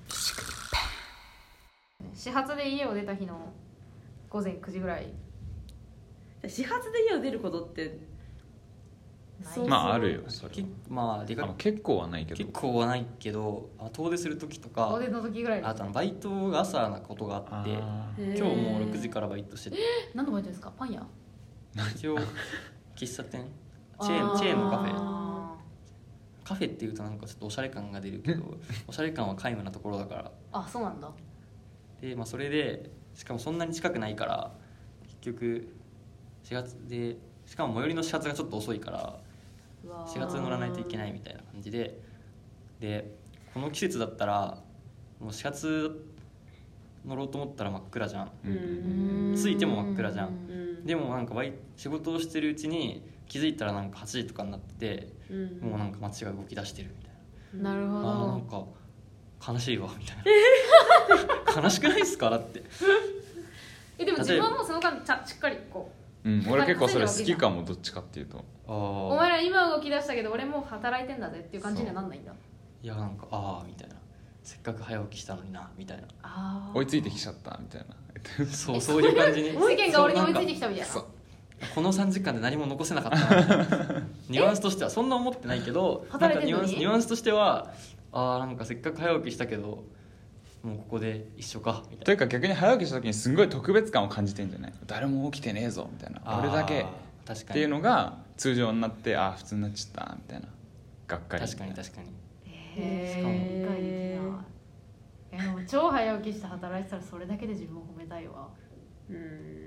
うん、始発で家を出た日の午前くじぐらい。 始発で家を出ることってまああるよそれは。 まあでか結構はないけど結構はないけど遠出する時とか遠出の時ぐらい。 あとバイトが朝なことがあって今日もうろくじからバイトしてて。 何のバイトですか。パン屋。 一応喫茶店チェーンチェーンのカフェカフェっていうとなんかちょっとおしゃれ感が出るけどおしゃれ感は皆無なところだから。 あそうなんだ。 で、まあ、それでしかもそんなに近くないから結局しがつでしかも最寄りの始発がちょっと遅いからしがつ乗らないといけないみたいな感じででこの季節だったらもう始発乗ろうと思ったら真っ暗じゃん。 うん着いても真っ暗じゃん。でもなんか仕事をしてるうちに気づいたらなんかはちじとかになってて、うん、もうなんか街が動き出してるみたいな。 なるほど。 あなんか悲しいわみたいな悲しくないですかだってえでも自分はもうその間ちゃしっかりこう、うん、俺結構それ好きかも。どっちかっていうとあお前ら今動き出したけど俺もう働いてんだぜっていう感じにはなんないんだ。 いやなんかああみたいなせっかく早起きしたのになみたいなあ追いついてきちゃったみたいなそうそういう感じに世間が俺に追いついてきたみたいな。 このさんじかんで何も残せなかったなニュアンスとしてはそんな思ってないけどなんかニュアンスニュアンスとしてはああなんかせっかく早起きしたけどもうここで一緒かみたいな。 というか逆に早起きした時にすごい特別感を感じてんじゃない。誰も起きてねえぞみたいな俺だけ確かにっていうのが通常になってああ普通になっちゃったみたいながっかり。 確かに確かに。 へえ。しかも理解できない。えでも超早起きして働いてたらそれだけで自分を褒めたいわ。 うん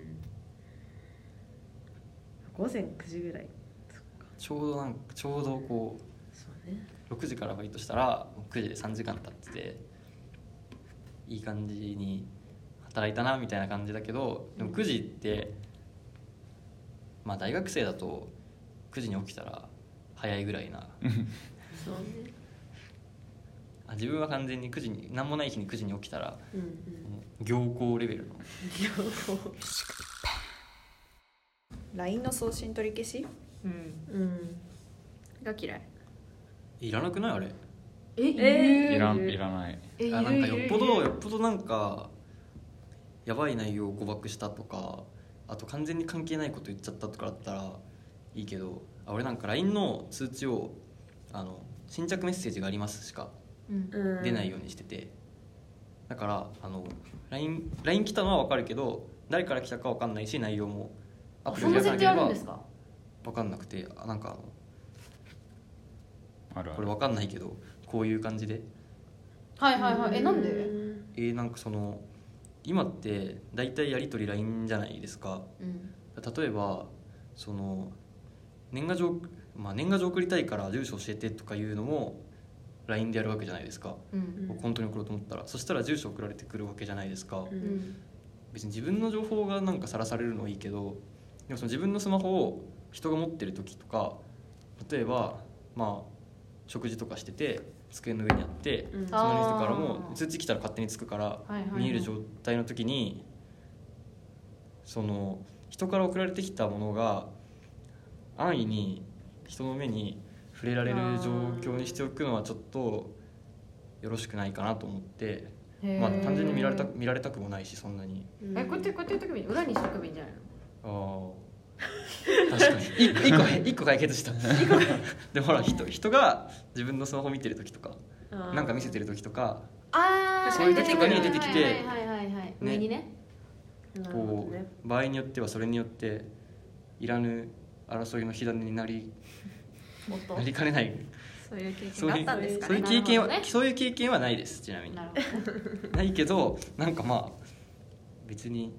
午前くじぐらい。 ちょうどなんかちょうどこうそうねろくじからバイトしたらくじでさんじかん経ってていい感じに働いたなみたいな感じだけどでもくじってまあ大学生だとくじに起きたら早いぐらいなそうねあ自分は完全にくじに何もない日にくじに起きたら、 うんうん、 行幸レベルの行幸ライン の送信取り消し、 うんうん、 が嫌い。 いらなくないあれ。 ええいらんいらない。 えあなんかよっぽどよっぽどなんかやばい内容を誤爆したとかあと完全に関係ないこと言っちゃったとかだったらいいけどあ俺なんか ライン の通知をあの新着メッセージがありますしか出ないようにしててだからあの ライン, ライン来たのは分かるけど誰から来たか分かんないし内容もアプリを開かなければ分かんなくてあなんかあるあるこれ分かんないけどこういう感じではいはいはいえなんでえー、なんかその今って大体やり取り ライン じゃないですか、 うん、 例えばその年賀状、まあ、年賀状送りたいから住所教えてとかいうのも ライン でやるわけじゃないですか、 うん、 本当に送ろうと思ったらそしたら住所送られてくるわけじゃないですか、 うん、 別に自分の情報がなんかさらされるのはいいけどでもその自分のスマホを人が持ってる時とか例えばまあ食事とかしてて机の上にあって、うん、その人からも通知来たら勝手につくから見える状態の時にその人から送られてきたものが安易に人の目に触れられる状況にしておくのはちょっとよろしくないかなと思ってまあ単純に見られた見られたくもないしそんなにえこうやってこうやってやる時に裏にしとけばいいんじゃないのあ確かにい一個一個解決したでもほら 人, 人が自分のスマホ見てる時とかなんか見せてる時とかああそういう時とかに出てきてはいはいはいはい上にねこう場合によってはそれによっていらぬ争いの火種になりもっとなりかねないそういう経そういう験があったんですかねそういう経験は、 なるほどねそういう経験はないですちなみになるほどねないけどなんかまあ別に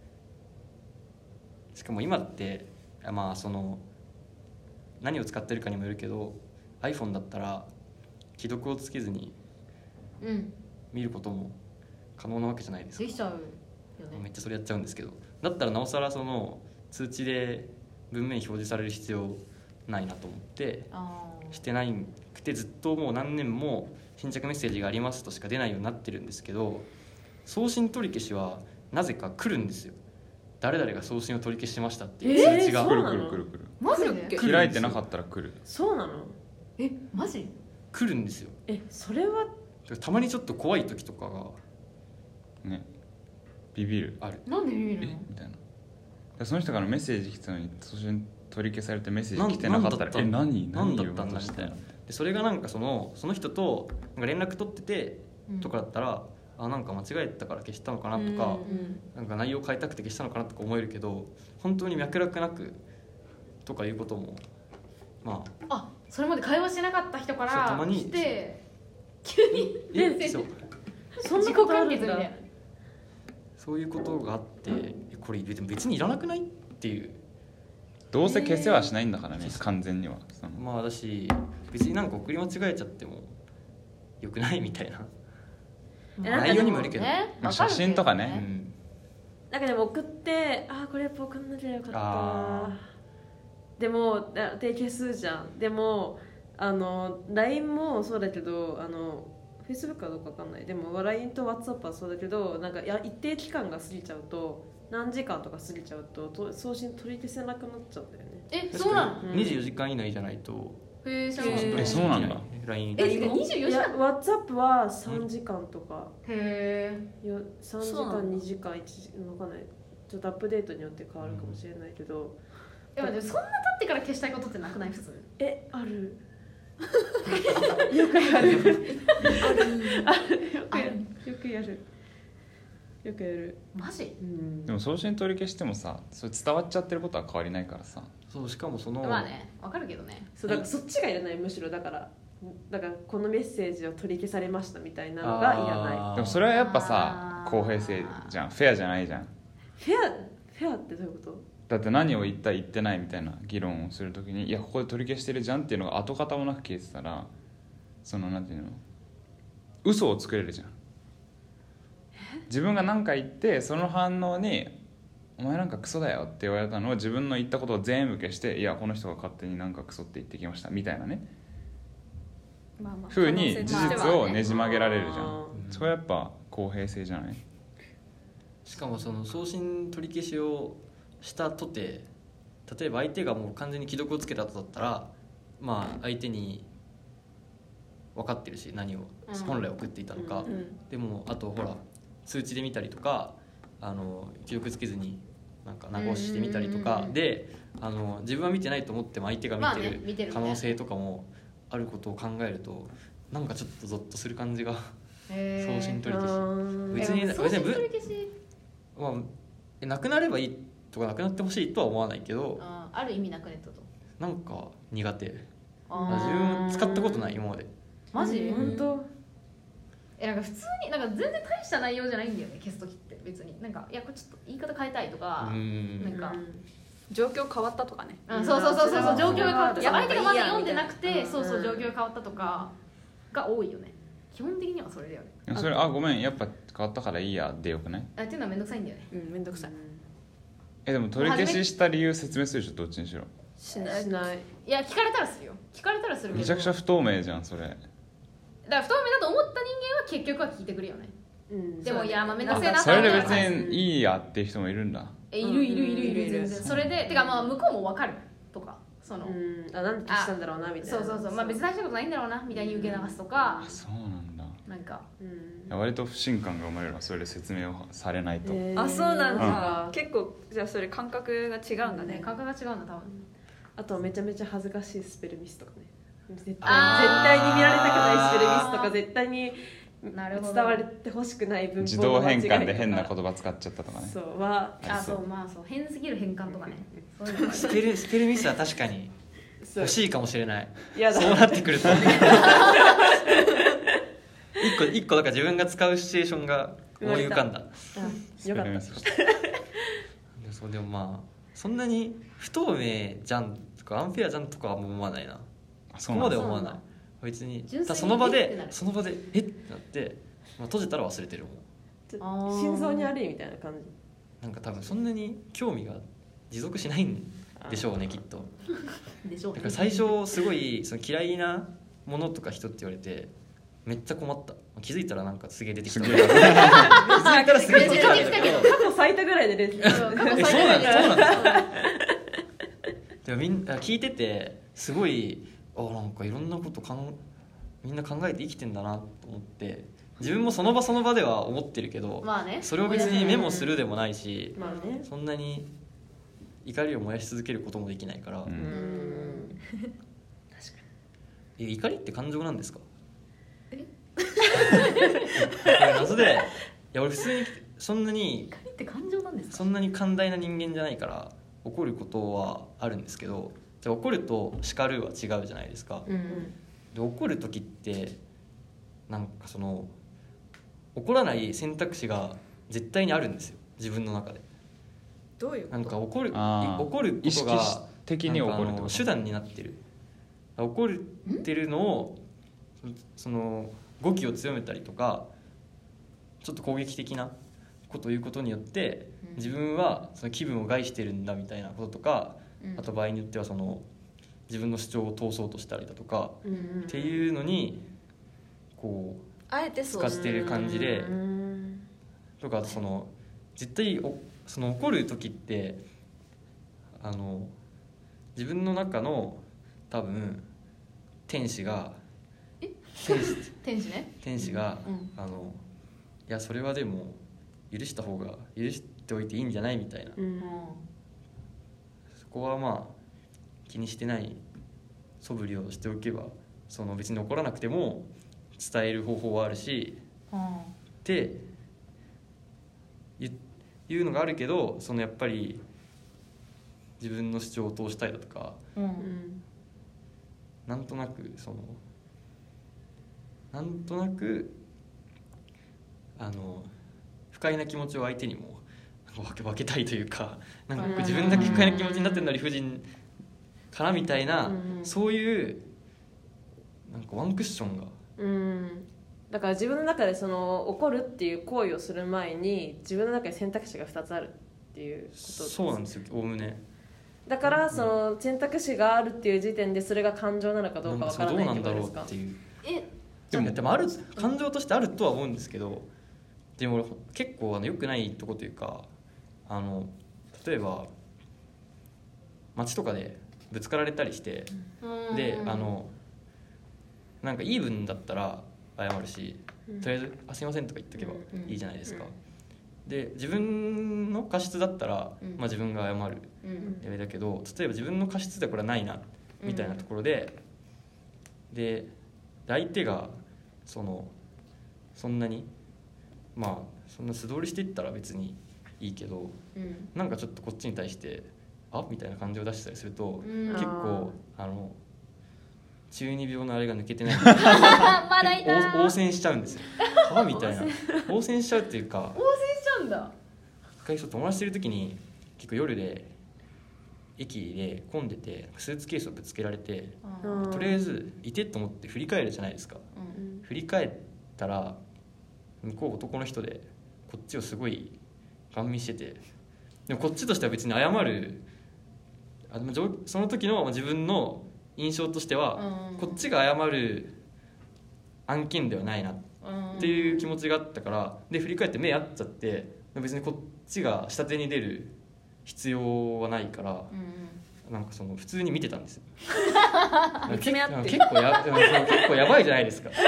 しかも今ってまあその何を使ってるかにもよるけど iPhone だったら既読をつけずにうん見ることも可能なわけじゃないですかできちゃうよねめっちゃそれやっちゃうんですけどだったらなおさらその通知で文面表示される必要ないなと思ってあしてないくてずっともう何年も新着メッセージがありますとしか出ないようになってるんですけど送信取り消しはなぜか来るんですよ誰々が送信を取り消してましたっていう通知が、 えー来るそうなの来る来る来るマジで来る開いてなかったら来る。 そうなの？ えマジ来るんですよえそれはたまにちょっと怖い時とかがねビビる。 あるなんで見るえのみたいな。でその人からメッセージ来たのに送信取り消されてメッセージ来てななんかったらえ何何何言おうだったんだとしたのみたいなでそれがなんかそのその人となんか連絡取っててうんとかだったら、あなんか間違えたから消したのかなとか、なんか内容変えたくて消したのかなとか思えるけど本当に脈絡なくとかいうこともまああそれまで会話してなかった人かそうたまにらして急にえそうそん自己なことあるんだ完結みたいなそういうことがあってえこれ別に別にいらなくないっていうどうせ消せはしないんだからね完全にはそのまあだし別になんか送り間違えちゃってもよくないみたいな、 えなんか内容にもよるけど、 ねまあ写真とかうねん、 なんかでも送ってあーこれやっぱ送んなきゃよかっあたでもだで消すじゃんでもあの ライン もそうだけどあの Facebook はどうか分かんないでも ライン と WhatsApp はそうだけどなんかいや一定期間が過ぎちゃうと何時間とか過ぎちゃうとと送信取り消せなくなっちゃうんだよねえそうなのうんにじゅうよじかん以内じゃないとへえ知らなかったへーえそうなんだラインえにじゅうよじかんいや WhatsApp はさんじかんとか、 へえよさんじかんそうなんだにじかんいちじかん分かんないちょっとアップデートによって変わるかもしれないけど、 でもそんな経ってから消したいことってなくない普通えあるよくやるあるあるよくやるよくやるよくやるマジうんでも送信取り消してもさそれ伝わっちゃってることは変わりないからさそうしかもその、 まあねわかるけどねそうだからそっちがいらないむしろだからだからこのメッセージを取り消されましたみたいなのがいらないあーでもそれはやっぱさあー公平性じゃんフェアじゃないじゃんフェアフェアってどういうことだって何を言った言ってないみたいな議論をするときにいやここで取り消してるじゃんっていうのが跡形もなく消えてたらそのなんていうの嘘を作れるじゃん自分が何か言ってその反応にお前なんかクソだよって言われたのを自分の言ったことを全部消していやこの人が勝手になんかクソって言ってきましたみたいなねまあまあ風に事実をねじ曲げられるじゃあんそれはやっぱ公平性じゃないしかもその送信取り消しをしたとて例えば相手がもう完全に既読をつけた後だったらまあ相手に分かってるし何をうん本来送っていたのか、 うんでもあとほら通知で見たりとかあの既読つけずになんか流してみたりとかであの自分は見てないと思っても相手が見まあてね見てるねる可能性とかもあることを考えるとなんかちょっとゾッとする感じがへー送信取り消しうん別にえ送信取り消しまあえなくなればいいとかなくなってほしいとは思わないけどあーある意味なくねったとなんか苦手あー自分使ったことない今までマジ本当えなんか普通になんか全然大した内容じゃないんだよね消す時って別になんかいやこれちょっと言い方変えたいとかうんなんか状況変わったとかねうんそうそうそうそうそう状況が変わったいや相手がまだ読んでなくていいやみたいなそうそう状況が変わったとかが多いよね基本的にはそれだよねでもそれあごめんやっぱ変わったからいいやでよくないあっていうのはめんどくさいんだよねうんめんどくさいえでも取り消しした理由説明するでしょどっちにしろしないしないいや聞かれたらするよ聞かれたらするけどめちゃくちゃ不透明じゃんそれだから不透明だと思った人間は結局は聞いてくるよねうんでもいやまあめんどあくせえなそれで別と思ってにいいやっていう人もいるんだえいるいるいるいるうん全然それでてかまあ向こうも分かるとかそのうんあなんで消したんだろうなみたいなそうそうそうまあ別に大したことないんだろうなみたいに受け流すとかあそうなんだなんかうん割と不信感が生まれるのはそれで説明をされないと、 えーあそうなんだ、 うん結構じゃあそれ感覚が違うんだね、 ね感覚が違うんだ多分あとめちゃめちゃ恥ずかしいスペルミスとかね絶対絶あー対に見られたくないスペルミスとか絶対になるほど伝われてほしくない文法自動変換で変なとか言葉使っちゃったとかね。 そうはあありそうそうまあそう変すぎる変換とかねそういうのがスペルスペルミスは確かにそう欲しいかもしれない。 いやだそうなってくると一個一個だから自分が使うシチュエーションが思い浮かんだ。 あよかったた。 でそうでもまあそんなに不透明じゃんとかアンフェアじゃんとかは思わないな。そこまそうなんだで思わないそうなん。 別に純粋にただその場でえってなるその場でえってなって、まあ、閉じたら忘れてるもん。 ちょあー心臓に悪いみたいな感じなんか多分そんなに興味が持続しないんでしょうねきっと。 でしょうだから最初すごいその嫌いなものとか人って言われてめっちゃ困った。気づいたらなんかすげえ出てきた。気づいたらすげえ出てきたけど。 過去最多ぐらいで出てきた過去え最大そうなんだそうなんだでもみんな聞いててすごいあなんかいろんなことかんみんな考えて生きてんだなと思って自分もその場その場では思ってるけど、 まあねそれを別にメモするでもないし、 まあねそんなに怒りを燃やし続けることもできないから、 ううんんえ怒りって感情なんですか？えこれ謎でいや俺普通にそんなに怒りって感情なんですかそんなに寛大な人間じゃないから怒ることはあるんですけど、じゃあ怒ると叱るは違うじゃないですか。 うんで怒る時ってなんかその怒らない選択肢が絶対にあるんですよ自分の中で。 どういうことなんか怒るあー怒ること意識が的に怒るなんかあってことの手段になってる。怒ってるのをその語気を強めたりとかちょっと攻撃的なことを言うことによってうん自分はその気分を害してるんだみたいなこととか、 うんあと場合によってはその自分の主張を通そうとしたりだとかうんうんっていうのにこうあえてそう使ってる感じでうんとかあとその絶対おその怒る時ってあの自分の中の多分天使が天使天使ね天使が、 うんあのいやそれはでも許した方が許しておいていいんじゃないみたいな、 うんうんそこはまあ気にしてない素振りをしておけばその別に怒らなくても伝える方法はあるしうんっていういうのがあるけどそのやっぱり自分の主張を通したいだとかうんうんなんとなくそのなんとなくあの不快な気持ちを相手にも分け分けたいというかなんか自分だけ不快な気持ちになってるのは理不尽かなみたいな、 うんそういうなんかワンクッションがうんだから自分の中でその怒るっていう行為をする前に自分の中に選択肢がふたつあるっていうことですそうなんですよおおむねだからその選択肢があるっていう時点でそれが感情なのかどうかわからないってことですかどうなんだろうっていうえでもでもある感情としてあるとは思うんですけどでも結構あの良くないとこというかあの例えば街とかでぶつかられたりしてであのなんかイーブンだったら謝るしうんとりあえず「あすいません」とか言っとけばいいじゃないですかうんで自分の過失だったら、 うんまあ、自分が謝るうんあれだけど例えば自分の過失でこれはないなみたいなところで、で相手がそのそんなにまあそんな素通りしていったら別にいいけどうんなんかちょっとこっちに対してあみたいな感じを出したりすると、 うん結構あの中二病のあれが抜けてないまだいた応応戦しちゃうんですよはみたいな応戦しちゃうっていうか応戦しちゃうんだ一回ちょっと友達といる時に結構夜で駅で混んでてスーツケースをぶつけられてうんとりあえずいてと思って振り返るじゃないですかうん振り返ったら向こう男の人でこっちをすごいガン見しててでもこっちとしては別に謝るあでもじょその時の自分の印象としてはうんこっちが謝る案件ではないなっていう気持ちがあったからで振り返って目合っちゃって別にこっちが下手に出る必要はないからうんなんかその普通に見てたんですよ見つめ合って結構やでもその結構やばいじゃないですか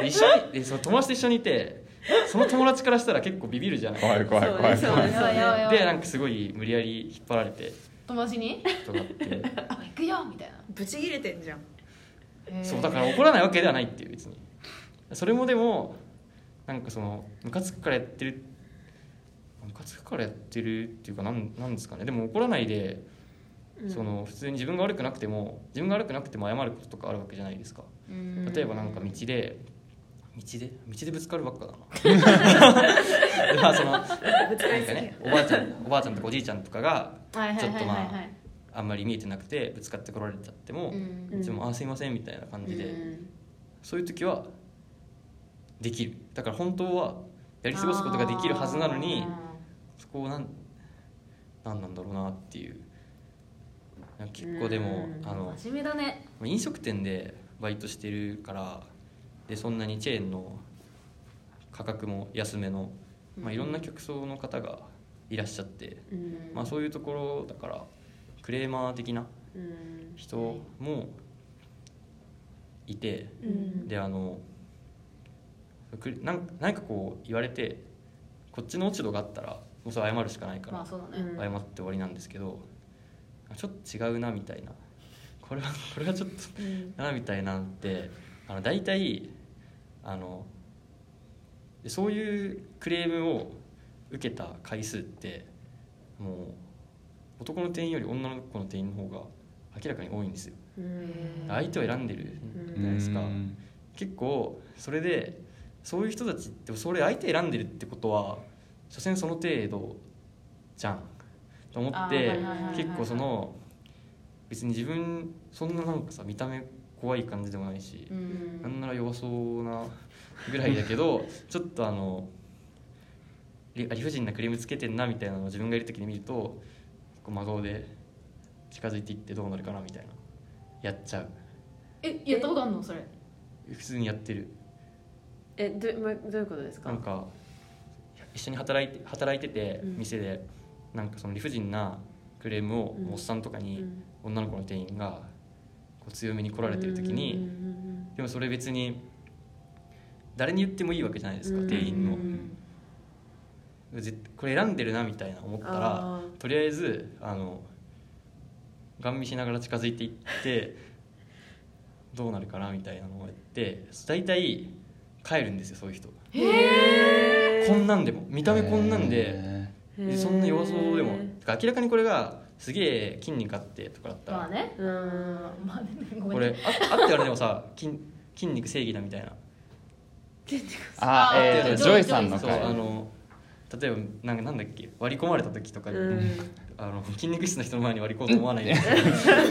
で一緒にでその友達と一緒にいてその友達からしたら結構ビビるじゃない怖い怖い怖いそうねそうねそうねやばいやばいやばいでなんかすごい無理やり引っ張られて友達にとかってあ行くよみたいなブチギレてんじゃん。 へーそうだから怒らないわけではないっていう別にそれもでもなんかそのムカつくからやってるムカつくからやってるっていうかなんなんですかねでも怒らないで、 うんその普通に自分が悪くなくても自分が悪くなくても謝ることとかあるわけじゃないですかうん例えばなんか道で道で道でぶつかるばっかだなまあそのぶつかりすぎやなんかねおばあちゃんおばあちゃんとかおじいちゃんとかがはいはいはいはいはいあんまり見えてなくてぶつかってこられちゃっても、 うんいつも「あすいません」みたいな感じで、 うんそういう時はできるだから本当はやり過ごすことができるはずなのにそこをなんなんなんだろうなっていうなんか結構でもうんあの真面目だね飲食店でバイトしてるからでそんなにチェーンの価格も安めの、まあ、いろんな客層の方がいらっしゃって、 うんまあ、そういうところだからクレーマー的なうん人もいて、 うんであのくなんか何かこう言われてこっちの落ち度があったらもうそれ謝るしかないからまあそうだねうん謝って終わりなんですけどちょっと違うなみたいなこれはこれはちょっとうんなみたいなんてあの大体あのでそういうクレームを受けた回数ってもう男の店員より女の子の店員の方が明らかに多いんですようん相手を選んでるじゃないですかうん結構それでそういう人たちってそれ相手選んでるってことは所詮その程度じゃんと思あーってはいはいはいはい結構その別に自分そんななんかさ見た目怖い感じでもないしう、んなんなら弱そうなぐらいだけどちょっとあの理理不尽なクレームつけてんなみたいなのを自分がいる時に見るとこう真顔で近づいていってどうなるかなみたいなやっちゃうえやったことあんのそれ普通にやってるえどまどういうことですかなんか一緒に働いて働いててうん店でなんかその理不尽なクレームをうんおっさんとかにうん女の子の店員がこう強めに来られてる時うんにでもそれ別に誰に言ってもいいわけじゃないですかうん店員のうんぜこれ選んでるなみたいな思ったらあとりあえずあのガン見しながら近づいていってどうなるかなみたいなのをやって大体帰るんですよそういう人へこんなんでも見た目こんなんでへーでそんな弱そうでもてか明らかにこれがすげえ筋肉あってとかだったらまあねうんまあねごめんこれああってあれでもさ筋筋肉正義だみたいなーああーえーとジョイジョイさんのそう回あの例えばなんかなんだっけ割り込まれた時とかに、 うんあの筋肉質の人の前に割り込もうと思わないんですけど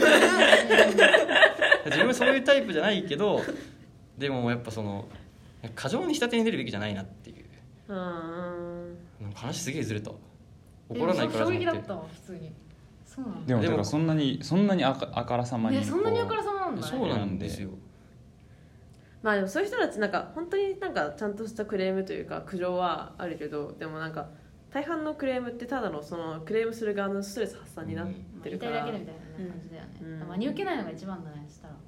自分はそういうタイプじゃないけどでもやっぱその過剰に仕立てに出るべきじゃないなっていううんなんか話すげえずれた怒らないから衝じゃなくて撃だったわ普通にそうなんだでもでもだからそんなにそんなにあかあからさまにねそんなにあこからさまなんだねそうなんですよまあでもそういう人たちなんか本当になんかちゃんとしたクレームというか苦情はあるけどでもなんか大半のクレームってただのそのクレームする側のストレス発散になってるから、 言いたいだけでみたいなね感じだよね、 うん真に受けないのが一番だねそしたら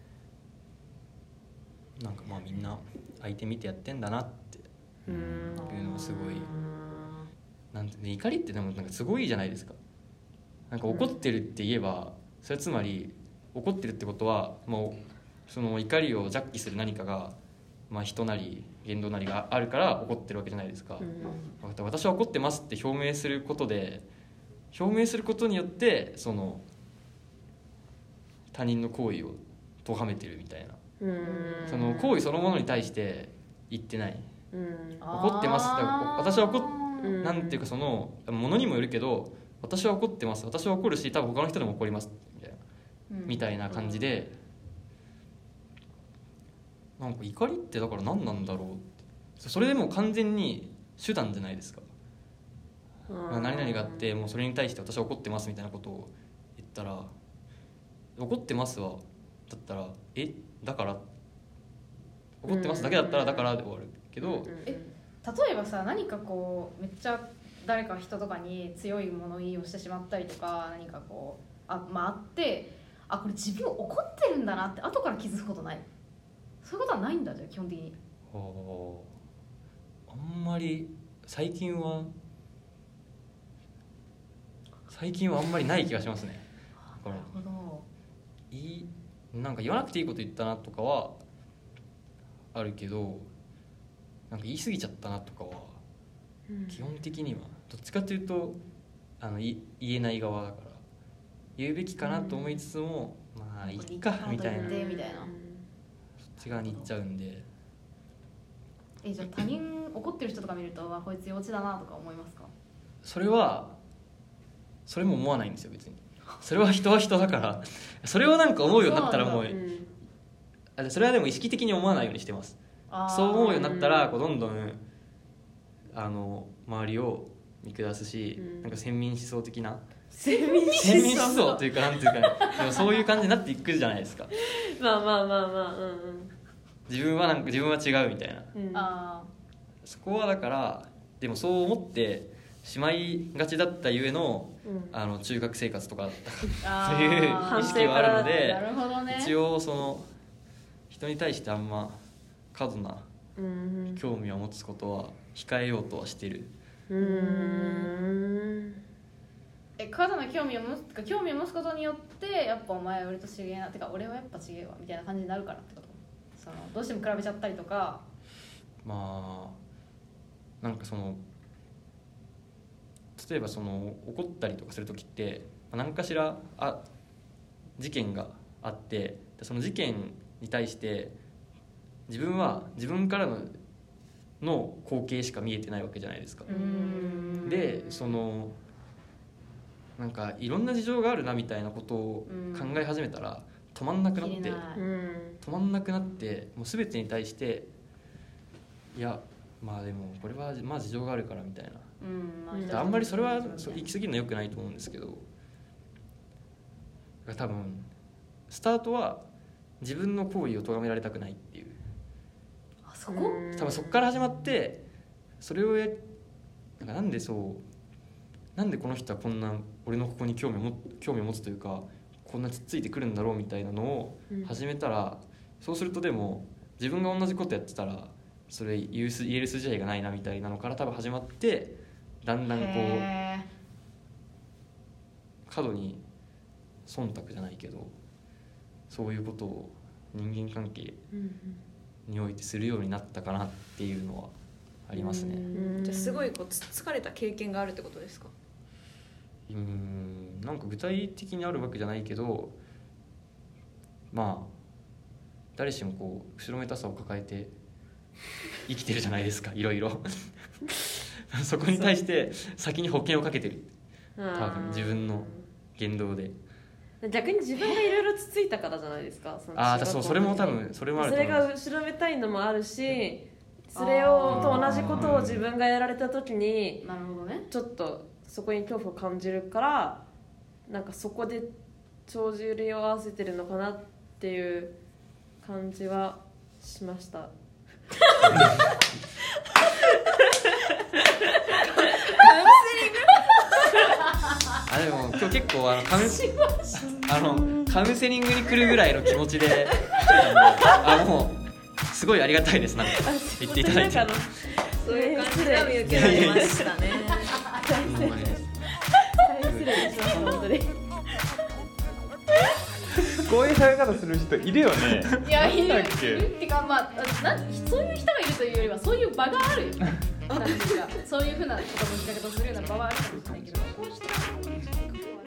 なんかまあみんな相手見てやってんだなってうんいうのもすごいなんてね怒りってでもなんかすごいじゃないですかなんか怒ってるって言えばそれはつまり怒ってるってことはもうその怒りをジャッキする何かが、まあ、人なり言動なりがあるから怒ってるわけじゃないですか、 うん私は怒ってますって表明することで表明することによってその他人の行為を咎めてるみたいなうんその行為そのものに対して言ってないうん怒ってますだから私は怒っうんなんていうかそのものにもよるけど私は怒ってます私は怒るし多分他の人でも怒りますみたいなみたいな感じでなんか怒りってだから何なんだろうってそれでもう完全に手段じゃないですかうん何々があってもうそれに対して私は怒ってますみたいなことを言ったら怒ってますはだったらえだから怒ってますだけだったらだからで終わるけどえ例えばさ何かこうめっちゃ誰か人とかに強い物言いをしてしまったりとか何かこうあ,、まあ、あってあこれ自分怒ってるんだなって後から気づくことないそういうことはないんだじゃあ基本的におあんまり最近は最近はあんまりない気がしますね。だからなるほど。 いいなんか言わなくていいこと言ったなとかはあるけど、なんか言い過ぎちゃったなとかは基本的にはどっちかというとあのい言えない側だから言うべきかなと思いつつも、まあいっかみたいな、 でみたいな。 そっち側に行っちゃうんで。 えじゃあ他人怒ってる人とか見ると、あこいつ幼稚だなとか思いますか？ それはそれも思わないんですよ別に。それは人は人だからそれをなんか思うようになったらもううんあそれはでも意識的に思わないようにしてます。 あーそう思うようになったらこうどんどんあの周りを見下すし、 うんなんか先民思想的な先民思先民思想想というかなんていうか、ね、でもそういう感じになっていくじゃないですか。 まあまあまあまあうん自分はなんか自分は違うみたいな、 うんうんあそこはだからでもそう思ってしまいがちだったゆえのうんあの中学生活とかだったーあというー意識はあるのでなるほどね。 一応その人に対してあんま過度なうん興味を持つことは控えようとはしてる。 うんうんえ過度な興味を持つか興味を持つことによってやっぱお前俺と違えなってか俺はやっぱ違えわみたいな感じになるからってこと？そのどうしても比べちゃったりとか。 まあなんかその例えばその怒ったりとかする時って何かしらあ事件があってその事件に対して自分は自分からのの光景しか見えてないわけじゃないですか。 うーんでそのなんかいろんな事情があるなみたいなことを考え始めたら止まんなくなって切れないうん止まんなくなってもう全てに対していやまあでもこれはまあ事情があるからみたいな、 うんまうんああんまりそれは人そう行き過ぎるのは良くないと思うんですけど、多分スタートは自分の行為を咎められたくないっていうあそこ、 多分そこから始まってそれをやなんかなんでそうなんでこの人はこんな俺のここに興味をも興味を持つというかこんなつっついてくるんだろうみたいなのを始めたら、そうするとでも自分が同じことやってたらそれ言うす言える筋合いがないなみたいなのから多分始まってだんだんこうへ過度に忖度じゃないけどそういうことを人間関係においてするようになったかなっていうのはありますね。 うんじゃあすごいこうつつかれた経験があるってことですか？ うーんなんか具体的にあるわけじゃないけどまあ誰しもこう後ろめたさを抱えて生きてるじゃないですかいろいろそこに対して先に保険をかけてる多分自分の言動で。 逆に自分がいろいろつついたからじゃないですか。そのああ中学校の時そうそれも多分それもあるそれと思います。 が後ろめたいのもあるしそれをと同じことを自分がやられた時にーなるほどね。 ちょっとそこに恐怖を感じるからなんかそこで帳尻を合わせてるのかなっていう感じはしましたあでも今日結構あのカウンあのカウンセリングに来るぐらいの気持ちであもうすごいありがたいですなんか言っていただいて。 なんかあのそういう感じでは見受けられましたね。 ほんまに大失礼しました本当にこういう喋り方する人いるよね。 いやいるなんだっけいるってかまあなんそういう人がいるというよりはそういう場があるよなんていうかそういうふうなことの仕方をするような場はあるかもしれないけどこうして